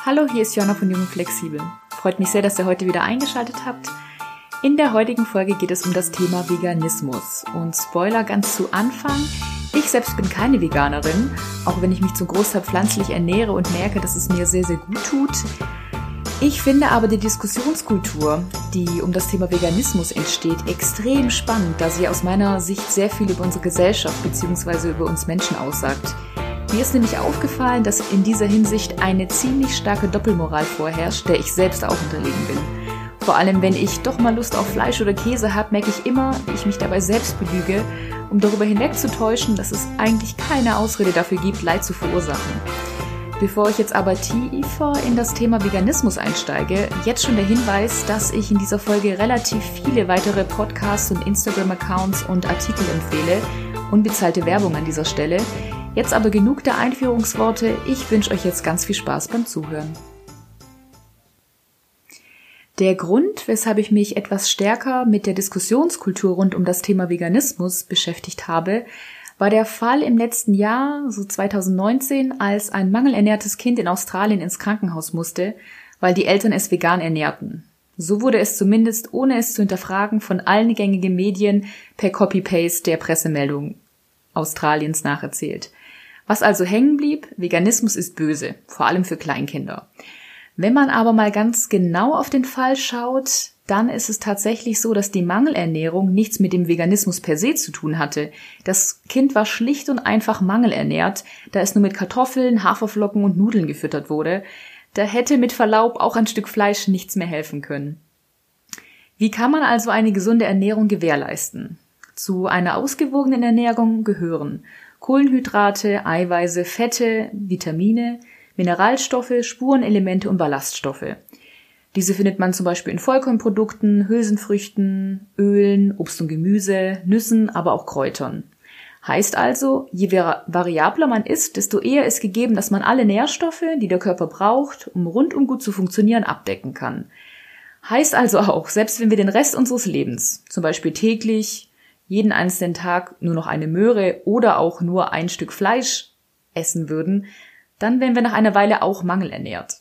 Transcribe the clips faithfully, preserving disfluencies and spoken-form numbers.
Hallo, hier ist Joanna von Jung und Flexibel. Freut mich sehr, dass ihr heute wieder eingeschaltet habt. In der heutigen Folge geht es um das Thema Veganismus. Und Spoiler ganz zu Anfang, ich selbst bin keine Veganerin, auch wenn ich mich zum Großteil pflanzlich ernähre und merke, dass es mir sehr, sehr gut tut. Ich finde aber die Diskussionskultur, die um das Thema Veganismus entsteht, extrem spannend, da sie aus meiner Sicht sehr viel über unsere Gesellschaft bzw. über uns Menschen aussagt. Mir ist nämlich aufgefallen, dass in dieser Hinsicht eine ziemlich starke Doppelmoral vorherrscht, der ich selbst auch unterlegen bin. Vor allem, wenn ich doch mal Lust auf Fleisch oder Käse habe, merke ich immer, wie ich mich dabei selbst belüge, um darüber hinwegzutäuschen, dass es eigentlich keine Ausrede dafür gibt, Leid zu verursachen. Bevor ich jetzt aber tiefer in das Thema Veganismus einsteige, jetzt schon der Hinweis, dass ich in dieser Folge relativ viele weitere Podcasts und Instagram-Accounts und Artikel empfehle. Unbezahlte Werbung an dieser Stelle. Jetzt aber genug der Einführungsworte. Ich wünsche euch jetzt ganz viel Spaß beim Zuhören. Der Grund, weshalb ich mich etwas stärker mit der Diskussionskultur rund um das Thema Veganismus beschäftigt habe, war der Fall im letzten Jahr, so zwanzig neunzehn, als ein mangelernährtes Kind in Australien ins Krankenhaus musste, weil die Eltern es vegan ernährten. So wurde es zumindest, ohne es zu hinterfragen, von allen gängigen Medien per Copy-Paste der Pressemeldung Australiens nacherzählt. Was also hängen blieb, Veganismus ist böse, vor allem für Kleinkinder. Wenn man aber mal ganz genau auf den Fall schaut, dann ist es tatsächlich so, dass die Mangelernährung nichts mit dem Veganismus per se zu tun hatte. Das Kind war schlicht und einfach mangelernährt, da es nur mit Kartoffeln, Haferflocken und Nudeln gefüttert wurde. Da hätte mit Verlaub auch ein Stück Fleisch nichts mehr helfen können. Wie kann man also eine gesunde Ernährung gewährleisten? Zu einer ausgewogenen Ernährung gehören Kohlenhydrate, Eiweiße, Fette, Vitamine, Mineralstoffe, Spurenelemente und Ballaststoffe. Diese findet man zum Beispiel in Vollkornprodukten, Hülsenfrüchten, Ölen, Obst und Gemüse, Nüssen, aber auch Kräutern. Heißt also, je variabler man isst, desto eher ist gegeben, dass man alle Nährstoffe, die der Körper braucht, um rundum gut zu funktionieren, abdecken kann. Heißt also auch, selbst wenn wir den Rest unseres Lebens, zum Beispiel täglich, jeden einzelnen Tag nur noch eine Möhre oder auch nur ein Stück Fleisch essen würden, dann wären wir nach einer Weile auch mangelernährt.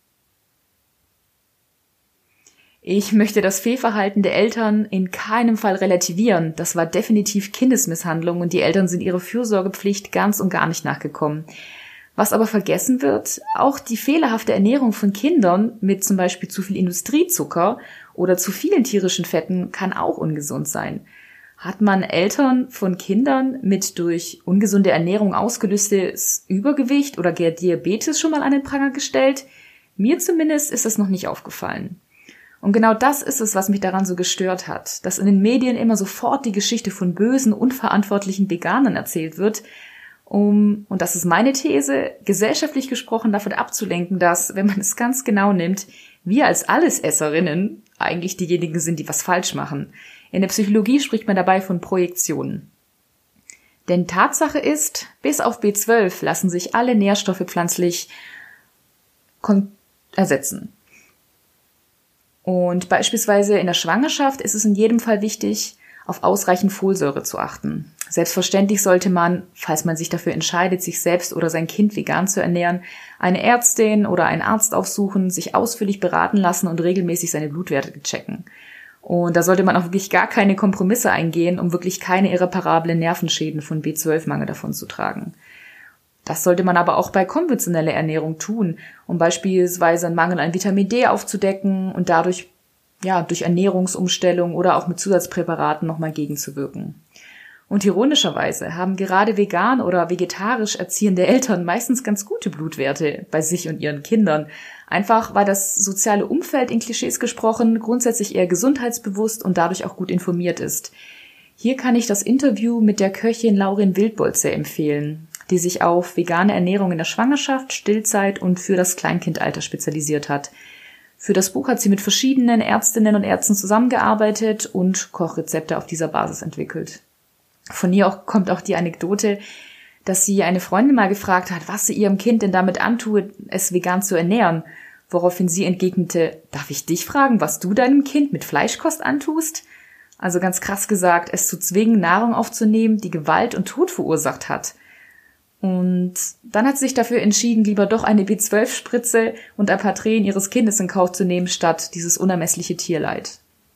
Ich möchte das Fehlverhalten der Eltern in keinem Fall relativieren. Das war definitiv Kindesmisshandlung und die Eltern sind ihrer Fürsorgepflicht ganz und gar nicht nachgekommen. Was aber vergessen wird, auch die fehlerhafte Ernährung von Kindern mit zum Beispiel zu viel Industriezucker oder zu vielen tierischen Fetten kann auch ungesund sein. Hat man Eltern von Kindern mit durch ungesunde Ernährung ausgelöstes Übergewicht oder gar Diabetes schon mal an den Pranger gestellt? Mir zumindest ist das noch nicht aufgefallen. Und genau das ist es, was mich daran so gestört hat, dass in den Medien immer sofort die Geschichte von bösen, unverantwortlichen Veganern erzählt wird, um, und das ist meine These, gesellschaftlich gesprochen davon abzulenken, dass, wenn man es ganz genau nimmt, wir als Allesesserinnen eigentlich diejenigen sind, die was falsch machen. In der Psychologie spricht man dabei von Projektionen. Denn Tatsache ist, bis auf B zwölf lassen sich alle Nährstoffe pflanzlich kon- ersetzen. Und beispielsweise in der Schwangerschaft ist es in jedem Fall wichtig, auf ausreichend Folsäure zu achten. Selbstverständlich sollte man, falls man sich dafür entscheidet, sich selbst oder sein Kind vegan zu ernähren, eine Ärztin oder einen Arzt aufsuchen, sich ausführlich beraten lassen und regelmäßig seine Blutwerte checken. Und da sollte man auch wirklich gar keine Kompromisse eingehen, um wirklich keine irreparablen Nervenschäden von B zwölf Mangel davon zu tragen. Das sollte man aber auch bei konventioneller Ernährung tun, um beispielsweise einen Mangel an Vitamin D aufzudecken und dadurch ja durch Ernährungsumstellung oder auch mit Zusatzpräparaten nochmal gegenzuwirken. Und ironischerweise haben gerade vegan oder vegetarisch erziehende Eltern meistens ganz gute Blutwerte bei sich und ihren Kindern. Einfach weil das soziale Umfeld in Klischees gesprochen grundsätzlich eher gesundheitsbewusst und dadurch auch gut informiert ist. Hier kann ich das Interview mit der Köchin Laurin Wildbold sehr empfehlen, die sich auf vegane Ernährung in der Schwangerschaft, Stillzeit und für das Kleinkindalter spezialisiert hat. Für das Buch hat sie mit verschiedenen Ärztinnen und Ärzten zusammengearbeitet und Kochrezepte auf dieser Basis entwickelt. Von ihr auch, kommt auch die Anekdote, dass sie eine Freundin mal gefragt hat, was sie ihrem Kind denn damit antue, es vegan zu ernähren, woraufhin sie entgegnete, darf ich dich fragen, was du deinem Kind mit Fleischkost antust? Also ganz krass gesagt, es zu zwingen, Nahrung aufzunehmen, die Gewalt und Tod verursacht hat. Und dann hat sie sich dafür entschieden, lieber doch eine B zwölf Spritze und ein paar Tränen ihres Kindes in Kauf zu nehmen, statt dieses unermessliche Tierleid.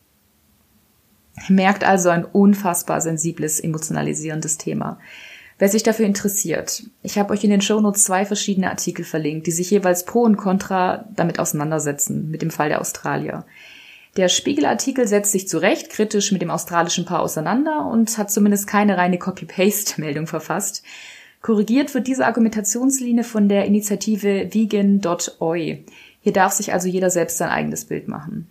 Merkt also ein unfassbar sensibles, emotionalisierendes Thema. Wer sich dafür interessiert, ich habe euch in den Shownotes zwei verschiedene Artikel verlinkt, die sich jeweils pro und contra damit auseinandersetzen, mit dem Fall der Australier. Der Spiegel-Artikel setzt sich zu Recht kritisch mit dem australischen Paar auseinander und hat zumindest keine reine Copy-Paste-Meldung verfasst. Korrigiert wird diese Argumentationslinie von der Initiative vegan Punkt o i. Hier darf sich also jeder selbst sein eigenes Bild machen.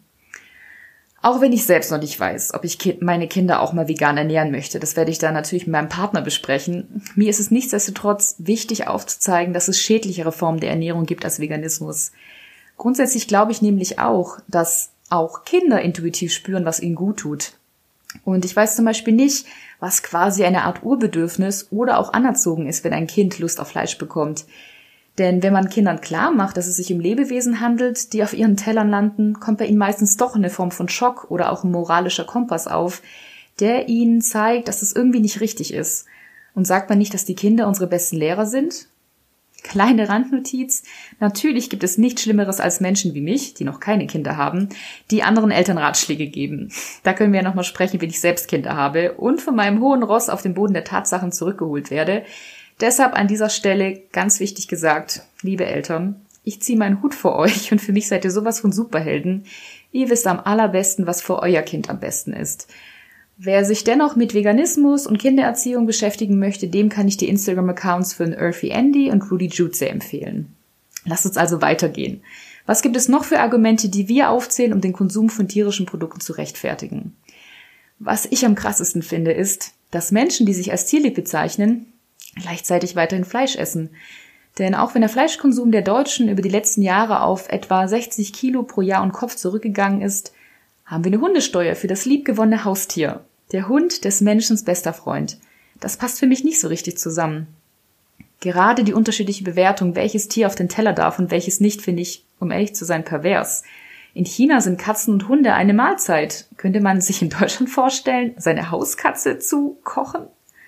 Auch wenn ich selbst noch nicht weiß, ob ich meine Kinder auch mal vegan ernähren möchte, das werde ich dann natürlich mit meinem Partner besprechen. Mir ist es nichtsdestotrotz wichtig aufzuzeigen, dass es schädlichere Formen der Ernährung gibt als Veganismus. Grundsätzlich glaube ich nämlich auch, dass auch Kinder intuitiv spüren, was ihnen gut tut. Und ich weiß zum Beispiel nicht, was quasi eine Art Urbedürfnis oder auch anerzogen ist, wenn ein Kind Lust auf Fleisch bekommt. Denn wenn man Kindern klar macht, dass es sich um Lebewesen handelt, die auf ihren Tellern landen, kommt bei ihnen meistens doch eine Form von Schock oder auch ein moralischer Kompass auf, der ihnen zeigt, dass es irgendwie nicht richtig ist. Und sagt man nicht, dass die Kinder unsere besten Lehrer sind? Kleine Randnotiz. Natürlich gibt es nichts Schlimmeres als Menschen wie mich, die noch keine Kinder haben, die anderen Eltern Ratschläge geben. Da können wir ja nochmal sprechen, wenn ich selbst Kinder habe und von meinem hohen Ross auf den Boden der Tatsachen zurückgeholt werde. Deshalb an dieser Stelle ganz wichtig gesagt, liebe Eltern, ich ziehe meinen Hut vor euch und für mich seid ihr sowas von Superhelden. Ihr wisst am allerbesten, was für euer Kind am besten ist. Wer sich dennoch mit Veganismus und Kindererziehung beschäftigen möchte, dem kann ich die Instagram-Accounts von Earthy Andy und Rudy Jude sehr empfehlen. Lasst uns also weitergehen. Was gibt es noch für Argumente, die wir aufzählen, um den Konsum von tierischen Produkten zu rechtfertigen? Was ich am krassesten finde, ist, dass Menschen, die sich als tierlieb bezeichnen, gleichzeitig weiterhin Fleisch essen. Denn auch wenn der Fleischkonsum der Deutschen über die letzten Jahre auf etwa sechzig Kilo pro Jahr und Kopf zurückgegangen ist, haben wir eine Hundesteuer für das liebgewonnene Haustier. Der Hund des Menschen bester Freund. Das passt für mich nicht so richtig zusammen. Gerade die unterschiedliche Bewertung, welches Tier auf den Teller darf und welches nicht, finde ich, um ehrlich zu sein, pervers. In China sind Katzen und Hunde eine Mahlzeit. Könnte man sich in Deutschland vorstellen, seine Hauskatze zu kochen?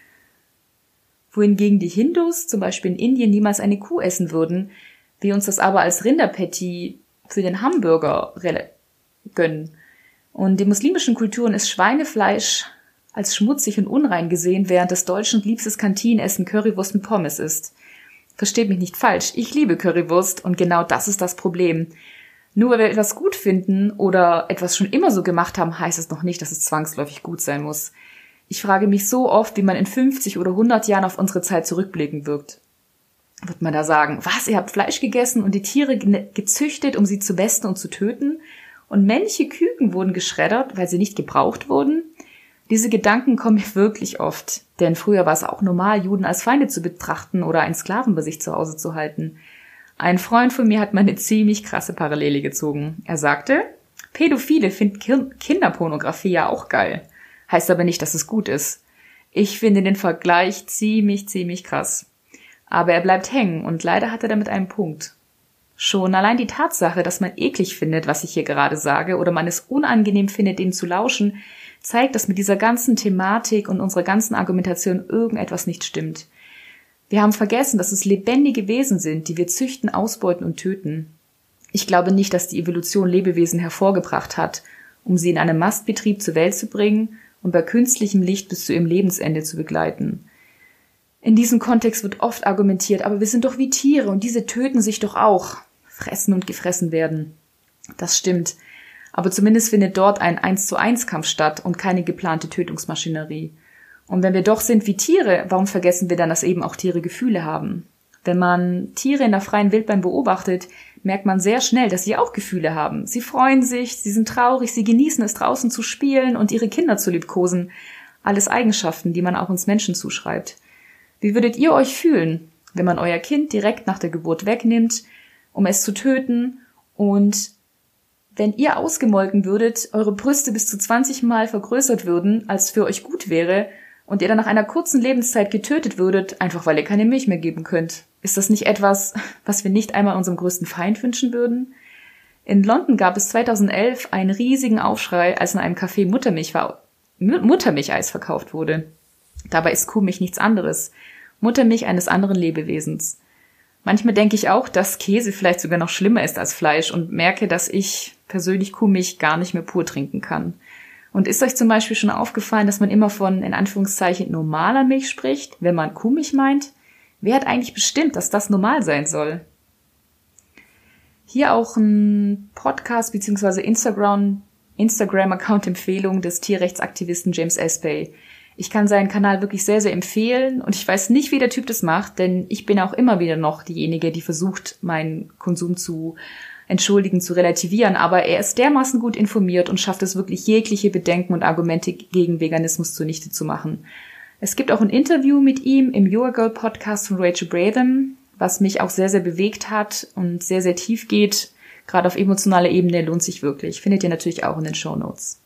Wohingegen die Hindus zum Beispiel in Indien niemals eine Kuh essen würden, wir uns das aber als Rinderpatty für den Hamburger gönnen. Und in den muslimischen Kulturen ist Schweinefleisch als schmutzig und unrein gesehen, während das Deutschen liebstes Kantinenessen Currywurst mit Pommes ist. Versteht mich nicht falsch, ich liebe Currywurst und genau das ist das Problem. Nur weil wir etwas gut finden oder etwas schon immer so gemacht haben, heißt es noch nicht, dass es zwangsläufig gut sein muss. Ich frage mich so oft, wie man in fünfzig oder hundert Jahren auf unsere Zeit zurückblicken wird. Wird man da sagen, was, ihr habt Fleisch gegessen und die Tiere gezüchtet, um sie zu mästen und zu töten? Und männliche Küken wurden geschreddert, weil sie nicht gebraucht wurden? Diese Gedanken kommen mir wirklich oft. Denn früher war es auch normal, Juden als Feinde zu betrachten oder einen Sklaven bei sich zu Hause zu halten. Ein Freund von mir hat mal eine ziemlich krasse Parallele gezogen. Er sagte, Pädophile finden Kinderpornografie ja auch geil. Heißt aber nicht, dass es gut ist. Ich finde den Vergleich ziemlich, ziemlich krass. Aber er bleibt hängen und leider hat er damit einen Punkt. Schon allein die Tatsache, dass man eklig findet, was ich hier gerade sage, oder man es unangenehm findet, dem zu lauschen, zeigt, dass mit dieser ganzen Thematik und unserer ganzen Argumentation irgendetwas nicht stimmt. Wir haben vergessen, dass es lebendige Wesen sind, die wir züchten, ausbeuten und töten. Ich glaube nicht, dass die Evolution Lebewesen hervorgebracht hat, um sie in einem Mastbetrieb zur Welt zu bringen und bei künstlichem Licht bis zu ihrem Lebensende zu begleiten. In diesem Kontext wird oft argumentiert, aber wir sind doch wie Tiere und diese töten sich doch auch, fressen und gefressen werden. Das stimmt, aber zumindest findet dort ein eins zu eins Kampf statt und keine geplante Tötungsmaschinerie. Und wenn wir doch sind wie Tiere, warum vergessen wir dann, dass eben auch Tiere Gefühle haben? Wenn man Tiere in der freien Wildbahn beobachtet, merkt man sehr schnell, dass sie auch Gefühle haben. Sie freuen sich, sie sind traurig, sie genießen es, draußen zu spielen und ihre Kinder zu liebkosen. Alles Eigenschaften, die man auch uns Menschen zuschreibt. Wie würdet ihr euch fühlen, wenn man euer Kind direkt nach der Geburt wegnimmt, um es zu töten, und wenn ihr ausgemolken würdet, eure Brüste bis zu zwanzig Mal vergrößert würden, als für euch gut wäre, und ihr dann nach einer kurzen Lebenszeit getötet würdet, einfach weil ihr keine Milch mehr geben könnt? Ist das nicht etwas, was wir nicht einmal unserem größten Feind wünschen würden? In London gab es zweitausendelf einen riesigen Aufschrei, als in einem Café Muttermilch war, Muttermilcheis verkauft wurde. Dabei ist Kuhmilch nichts anderes. Muttermilch eines anderen Lebewesens. Manchmal denke ich auch, dass Käse vielleicht sogar noch schlimmer ist als Fleisch und merke, dass ich persönlich Kuhmilch gar nicht mehr pur trinken kann. Und ist euch zum Beispiel schon aufgefallen, dass man immer von, in Anführungszeichen, normaler Milch spricht, wenn man Kuhmilch meint? Wer hat eigentlich bestimmt, dass das normal sein soll? Hier auch ein Podcast bzw. Instagram, Instagram-Account-Empfehlung des Tierrechtsaktivisten James Espay. Ich kann seinen Kanal wirklich sehr, sehr empfehlen und ich weiß nicht, wie der Typ das macht, denn ich bin auch immer wieder noch diejenige, die versucht, meinen Konsum zu entschuldigen, zu relativieren, aber er ist dermaßen gut informiert und schafft es wirklich, jegliche Bedenken und Argumente gegen Veganismus zunichte zu machen. Es gibt auch ein Interview mit ihm im Yoga Girl Podcast von Rachel Bratham, was mich auch sehr, sehr bewegt hat und sehr, sehr tief geht. Gerade auf emotionaler Ebene lohnt sich wirklich. Findet ihr natürlich auch in den Shownotes.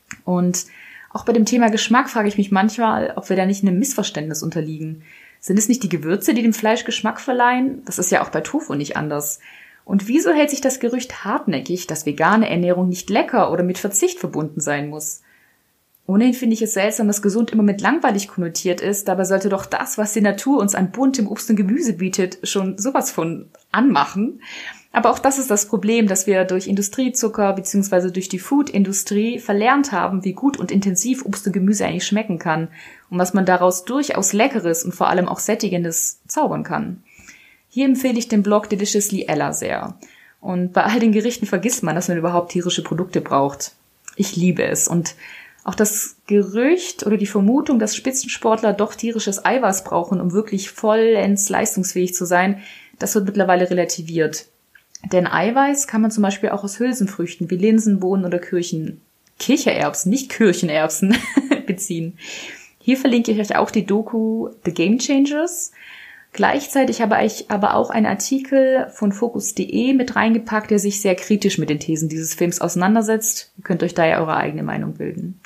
Und auch bei dem Thema Geschmack frage ich mich manchmal, ob wir da nicht einem Missverständnis unterliegen. Sind es nicht die Gewürze, die dem Fleisch Geschmack verleihen? Das ist ja auch bei Tofu nicht anders. Und wieso hält sich das Gerücht hartnäckig, dass vegane Ernährung nicht lecker oder mit Verzicht verbunden sein muss? Ohnehin finde ich es seltsam, dass gesund immer mit langweilig konnotiert ist. Dabei sollte doch das, was die Natur uns an buntem Obst und Gemüse bietet, schon sowas von anmachen. Aber auch das ist das Problem, dass wir durch Industriezucker bzw. durch die Food-Industrie verlernt haben, wie gut und intensiv Obst und Gemüse eigentlich schmecken kann und was man daraus durchaus Leckeres und vor allem auch Sättigendes zaubern kann. Hier empfehle ich den Blog Deliciously Ella sehr. Und bei all den Gerichten vergisst man, dass man überhaupt tierische Produkte braucht. Ich liebe es und auch das Gerücht oder die Vermutung, dass Spitzensportler doch tierisches Eiweiß brauchen, um wirklich vollends leistungsfähig zu sein, das wird mittlerweile relativiert. Denn Eiweiß kann man zum Beispiel auch aus Hülsenfrüchten wie Linsen, Bohnen oder Kirchen, Kichererbsen, nicht Kirchenerbsen, beziehen. Hier verlinke ich euch auch die Doku The Game Changers. Gleichzeitig habe ich aber auch einen Artikel von Focus punkt de mit reingepackt, der sich sehr kritisch mit den Thesen dieses Films auseinandersetzt. Ihr könnt euch da ja eure eigene Meinung bilden.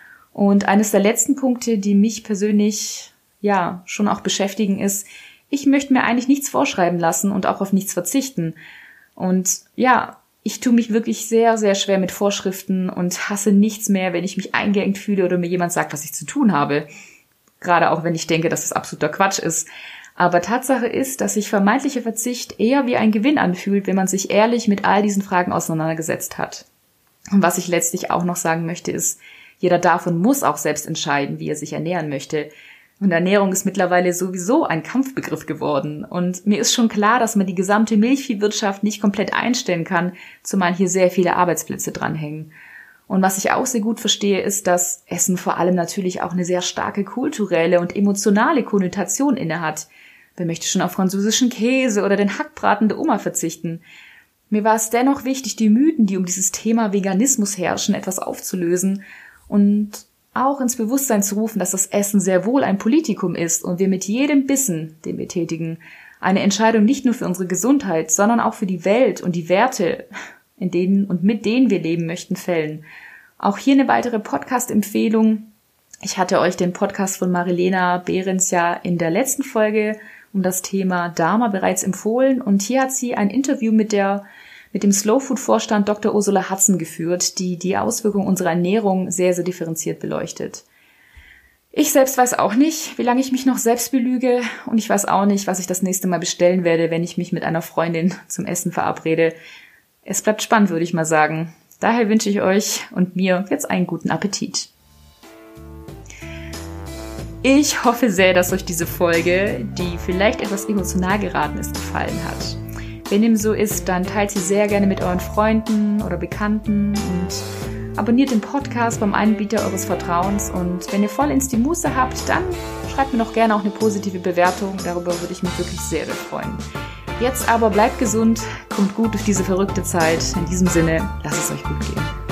Und eines der letzten Punkte, die mich persönlich ja schon auch beschäftigen, ist, ich möchte mir eigentlich nichts vorschreiben lassen und auch auf nichts verzichten. Und ja, ich tue mich wirklich sehr, sehr schwer mit Vorschriften und hasse nichts mehr, wenn ich mich eingeengt fühle oder mir jemand sagt, was ich zu tun habe. Gerade auch, wenn ich denke, dass das absoluter Quatsch ist. Aber Tatsache ist, dass sich vermeintlicher Verzicht eher wie ein Gewinn anfühlt, wenn man sich ehrlich mit all diesen Fragen auseinandergesetzt hat. Und was ich letztlich auch noch sagen möchte, ist, jeder darf und muss auch selbst entscheiden, wie er sich ernähren möchte. Und Ernährung ist mittlerweile sowieso ein Kampfbegriff geworden. Und mir ist schon klar, dass man die gesamte Milchviehwirtschaft nicht komplett einstellen kann, zumal hier sehr viele Arbeitsplätze dranhängen. Und was ich auch sehr gut verstehe, ist, dass Essen vor allem natürlich auch eine sehr starke kulturelle und emotionale Konnotation innehat. Wer möchte schon auf französischen Käse oder den Hackbraten der Oma verzichten? Mir war es dennoch wichtig, die Mythen, die um dieses Thema Veganismus herrschen, etwas aufzulösen und auch ins Bewusstsein zu rufen, dass das Essen sehr wohl ein Politikum ist und wir mit jedem Bissen, den wir tätigen, eine Entscheidung nicht nur für unsere Gesundheit, sondern auch für die Welt und die Werte, in denen und mit denen wir leben möchten, fällen. Auch hier eine weitere Podcast-Empfehlung. Ich hatte euch den Podcast von Marilena Behrens ja in der letzten Folge um das Thema Dharma bereits empfohlen und hier hat sie ein Interview mit der mit dem Slow-Food-Vorstand Doktor Ursula Hudson geführt, die die Auswirkungen unserer Ernährung sehr, sehr differenziert beleuchtet. Ich selbst weiß auch nicht, wie lange ich mich noch selbst belüge und ich weiß auch nicht, was ich das nächste Mal bestellen werde, wenn ich mich mit einer Freundin zum Essen verabrede. Es bleibt spannend, würde ich mal sagen. Daher wünsche ich euch und mir jetzt einen guten Appetit. Ich hoffe sehr, dass euch diese Folge, die vielleicht etwas emotional geraten ist, gefallen hat. Wenn dem so ist, dann teilt sie sehr gerne mit euren Freunden oder Bekannten und abonniert den Podcast beim Anbieter eures Vertrauens. Und wenn ihr vollends die Muße habt, dann schreibt mir doch gerne auch eine positive Bewertung. Darüber würde ich mich wirklich sehr, sehr freuen. Jetzt aber bleibt gesund, kommt gut durch diese verrückte Zeit. In diesem Sinne, lasst es euch gut gehen.